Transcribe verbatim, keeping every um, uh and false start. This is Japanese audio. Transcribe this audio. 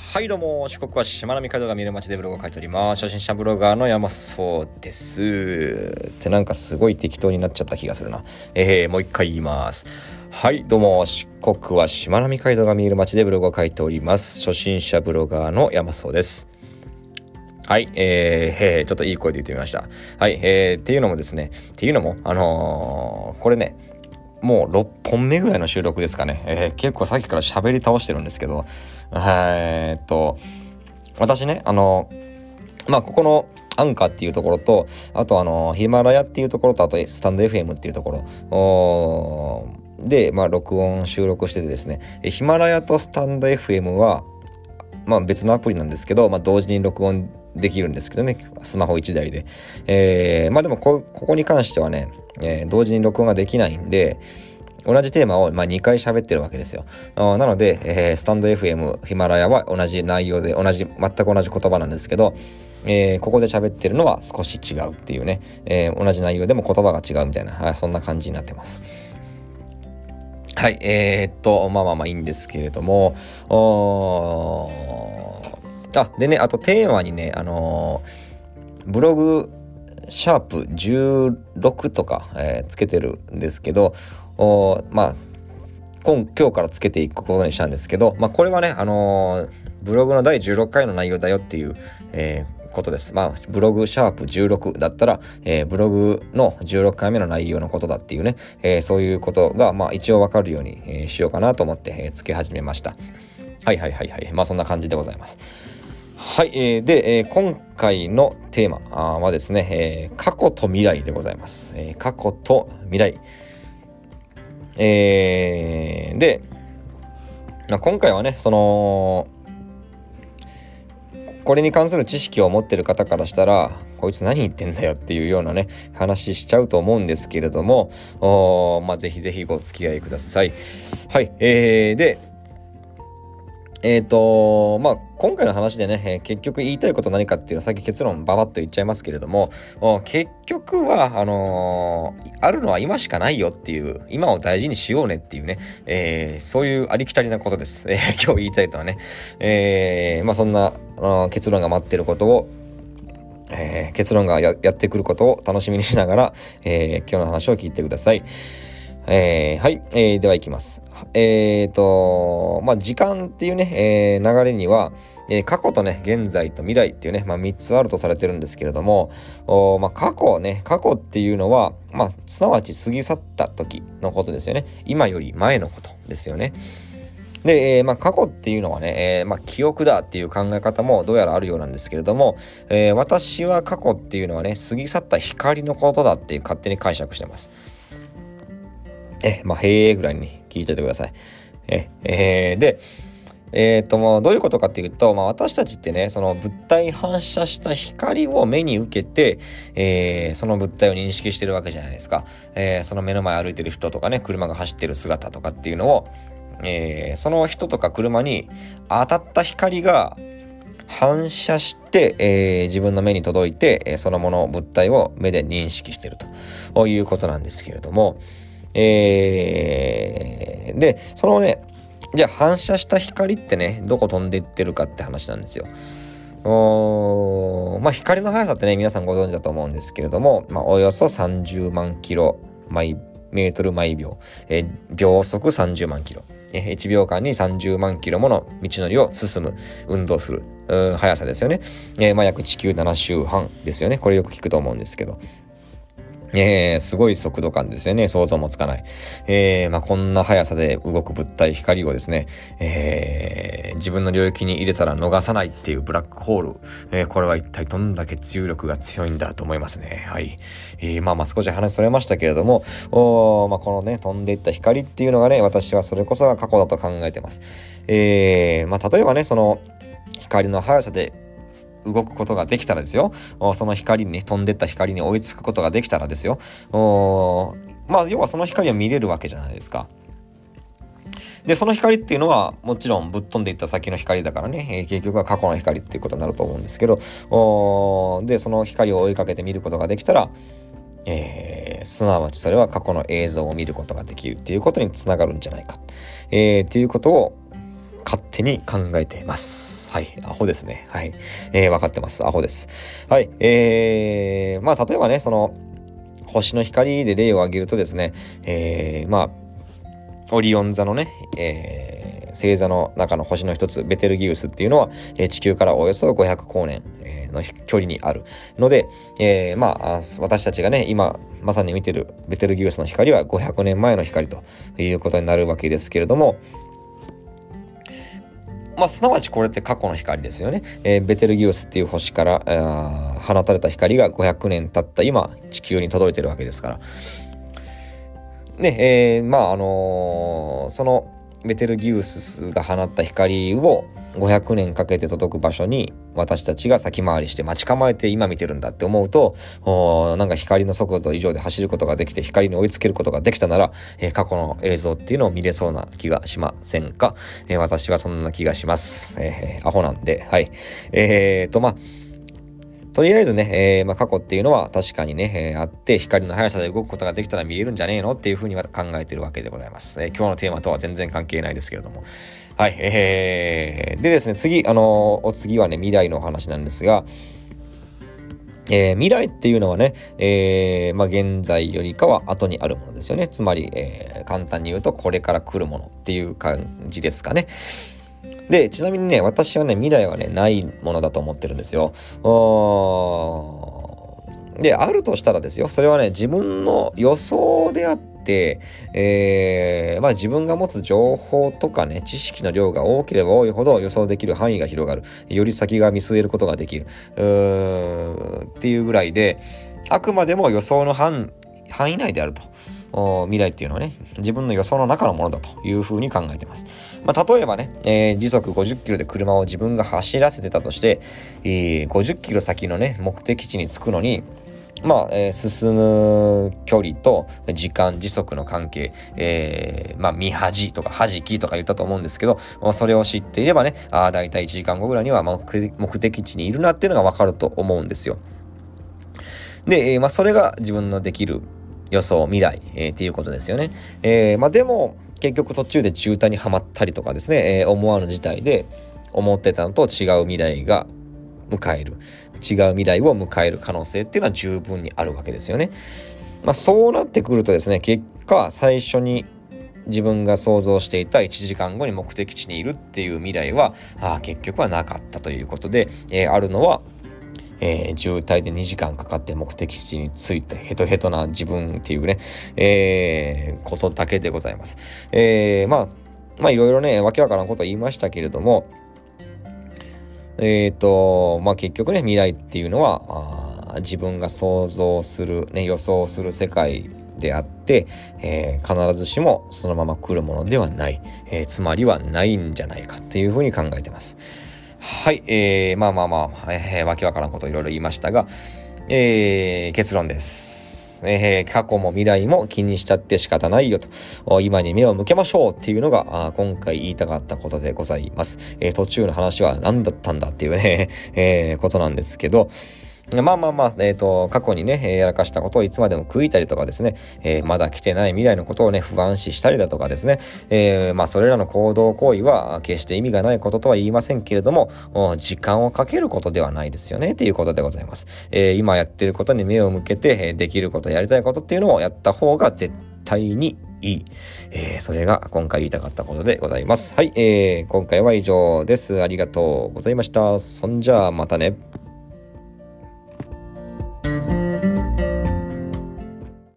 はいどうも、四国はしまなみ海道が見える街でブログを書いております。初心者ブロガーの山荘です。ってなんかすごい適当になっちゃった気がするな。えー、もう一回言います。はいどうも、四国はしまなみ海道が見える街でブログを書いております。初心者ブロガーの山荘です。はい、えー、へーちょっといい声で言ってみました。はい、えー、っていうのもですね、っていうのも、あのー、これね、もうろっぽんめぐらいの収録ですかね。えー、結構さっきから喋り倒してるんですけど、えーっと、私ね、あの、まあ、ここのアンカーっていうところと、あとあの、ヒマラヤっていうところと、あとスタンド エフエム っていうところで、まあ、録音、収録しててですね、ヒマラヤとスタンド エフエム は、まあ、別のアプリなんですけど、まあ、同時に録音できるんですけどね、スマホいちだいで。えー、まあでもこ、ここに関してはね、えー、同時に録音ができないんで、同じテーマを、まあ、にかい喋ってるわけですよ。なので、えー、スタンド エフエム、ヒマラヤは同じ内容で、同じ、全く同じ言葉なんですけど、えー、ここで喋ってるのは少し違うっていうね、えー、同じ内容でも言葉が違うみたいな、はい、そんな感じになってます。はい、えー、っと、まあまあまあいいんですけれども、あ、でね、あとテーマにね、あのー、ブログ、シャープじゅうろくとか、えー、つけてるんですけど、おまあ今今日からつけていくことにしたんですけど、まあこれはね、あのー、ブログのだいじゅうろっかいの内容だよっていう、えー、ことです。まあブログシャープじゅうろくだったら、えー、ブログのじゅうろっかいめの内容のことだっていうね、えー、そういうことがまあ一応わかるように、えー、しようかなと思って、えー、つけ始めました。はいはいはいはい、まあそんな感じでございます。はい、えー、で、えー、今回のテーマはですね、えー、過去と未来でございます。えー、過去と未来。えー、で、まあ、今回はね、その、これに関する知識を持ってる方からしたら、こいつ何言ってんだよっていうようなね、話しちゃうと思うんですけれども、おまあ、ぜひぜひご付き合いください。はい、えー、で、えーとまあ今回の話でね、えー、結局言いたいこと何かっていうのはさっき結論ババッと言っちゃいますけれども、結局はあのー、あるのは今しかないよっていう、今を大事にしようねっていうね、えー、そういうありきたりなことです、えー、今日言いたいとはね、えー、まあそんな結論が待ってることをえー、結論が や, やってくることを楽しみにしながら、えー、今日の話を聞いてください。えー、はい、えー、ではいきます。えーと、まあ、時間っていうね、えー、流れには、えー、過去とね、現在と未来っていうね、まあ、みっつあるとされてるんですけれども、おまあ、過去ね、過去っていうのは、まあ、すなわち過ぎ去った時のことですよね。今より前のことですよね。で、えー、まあ、過去っていうのはね、えー、まあ、記憶だっていう考え方もどうやらあるようなんですけれども、えー、私は過去っていうのはね、過ぎ去った光のことだっていう勝手に解釈してます。え、まあ、へえぐらいに聞いておいてください。え、えー、で、えっと、もうどういうことかっていうと、まあ、私たちってね、その物体に反射した光を目に受けて、えー、その物体を認識してるわけじゃないですか。えー、その目の前歩いてる人とかね、車が走ってる姿とかっていうのを、えー、その人とか車に当たった光が反射して、えー、自分の目に届いて、えー、そのもの物体を目で認識しているということなんですけれども、えー、でそのねじゃあ反射した光ってねどこ飛んでいってるかって話なんですよ。おまあ光の速さってね皆さんご存知だと思うんですけれども、まあ、およそさんじゅうまんキロ毎メートル毎秒、えー、秒速さんじゅうまんキロ、えー、いちびょうかんにさんじゅうまんキロもの道のりを進む運動する速さですよね。えー、まあ約地球なな周半ですよね。これよく聞くと思うんですけど、えー、すごい速度感ですよね。想像もつかない。えー、まあこんな速さで動く物体光をですね、えー、自分の領域に入れたら逃さないっていうブラックホール、えー、これは一体どんだけ重力が強いんだと思いますね。はい。えー、まあまあ少し話それましたけれども、おまあこのね飛んでいった光っていうのがね、私はそれこそが過去だと考えてます。えー、まあ例えばねその光の速さで動くことができたらですよ、その光に、ね、飛んでった光に追いつくことができたらですよ、まあ要はその光は見れるわけじゃないですか。でその光っていうのはもちろんぶっ飛んでいった先の光だからね、えー、結局は過去の光っていうことになると思うんですけど、でその光を追いかけて見ることができたら、えー、すなわちそれは過去の映像を見ることができるっていうことにつながるんじゃないか、えー、っていうことを勝手に考えています。 はい。アホですね。はい。えー、わかってます。アホです。はい。えー、まあ、例えばね、その、星の光で例を挙げるとですね、えー、まあ、オリオン座のね、えー、星座の中の星の一つ、ベテルギウスっていうのは、えー、地球からおよそごひゃくこうねん、えー、の距離にあるので、えー、まあ、私たちがね、今、まさに見てるベテルギウスの光はごひゃくねんまえの光ということになるわけですけれども、まあ、すなわちこれって過去の光ですよね。えー、ベテルギウスっていう星からあ放たれた光がごひゃくねん経った今、地球に届いてるわけですから。で、えー、まあ、あのー、そのベテルギウスが放った光をごひゃくねんかけて届く場所に私たちが先回りして待ち構えて今見てるんだって思うと、なんか光の速度以上で走ることができて光に追いつけることができたなら、えー、過去の映像っていうのを見れそうな気がしませんか？えー、私はそんな気がします。えー、アホなんで、はい。えーと、まあ、とりあえずね、えーまあ、過去っていうのは確かにね、えー、あって光の速さで動くことができたら見えるんじゃねえのっていうふうには考えてるわけでございます。えー、今日のテーマとは全然関係ないですけれども。はい。えー、でですね、次、あのー、お次はね、未来のお話なんですが、えー、未来っていうのはね、えー、まあ、現在よりかは後にあるものですよね。つまり、えー、簡単に言うとこれから来るものっていう感じですかね。で、ちなみにね、私はね、未来はね、ないものだと思ってるんですよ。で、あるとしたらですよ、それはね、自分の予想であって、えー、まあ自分が持つ情報とかね、知識の量が多ければ多いほど予想できる範囲が広がる。より先が見据えることができる。うーっていうぐらいで、あくまでも予想の範範囲内であると。未来っていうのはね、自分の予想の中のものだというふうに考えています。まあ、例えばね、えー、時速ごじゅっキロで車を自分が走らせてたとして、えー、ごじゅっキロ先のね、目的地に着くのに、まあ、えー、進む距離と時間、時速の関係、えー、まあ、見恥とか弾きとか言ったと思うんですけど、それを知っていればね、ああ、だいたいいちじかんごぐらいには目的地にいるなっていうのがわかると思うんですよ。で、えー、まあ、それが自分のできる予想、未来、えー、っていうことですよね。えー、まあでも結局途中で渋滞にはまったりとかですね、えー、思わぬ事態で思ってたのと違う未来が迎える、違う未来を迎える可能性っていうのは十分にあるわけですよね。まあそうなってくるとですね、結果最初に自分が想像していたいちじかんごに目的地にいるっていう未来はあ結局はなかったということで、えー、あるのはえー、渋滞でにじかんかかって目的地に着いてヘトヘトな自分っていうね、えー、ことだけでございます。えー、まあ、まあいろいろね、わけわからんこと言いましたけれども、えーと、まあ結局ね、未来っていうのは、あ自分が想像する、ね、予想する世界であって、えー、必ずしもそのまま来るものではない、えー、つまりはないんじゃないかっていうふうに考えてます。はい、えー、まあまあまあ、えー、わけわからんこといろいろ言いましたが、えー、結論です、えー。過去も未来も気にしちゃって仕方ないよと、今に目を向けましょうっていうのが今回言いたかったことでございます。えー、途中の話は何だったんだっていうね、えー、ことなんですけど、まあまあまあ、えっと、過去にね、やらかしたことをいつまでも悔いたりとかですね、えー、まだ来てない未来のことをね、不安視したりだとかですね、えー、まあそれらの行動行為は決して意味がないこととは言いませんけれども、時間をかけることではないですよね、ということでございます。えー、今やってることに目を向けて、できること、やりたいことっていうのをやった方が絶対にいい。えー、それが今回言いたかったことでございます。はい、えー、今回は以上です。ありがとうございました。そんじゃあまたね。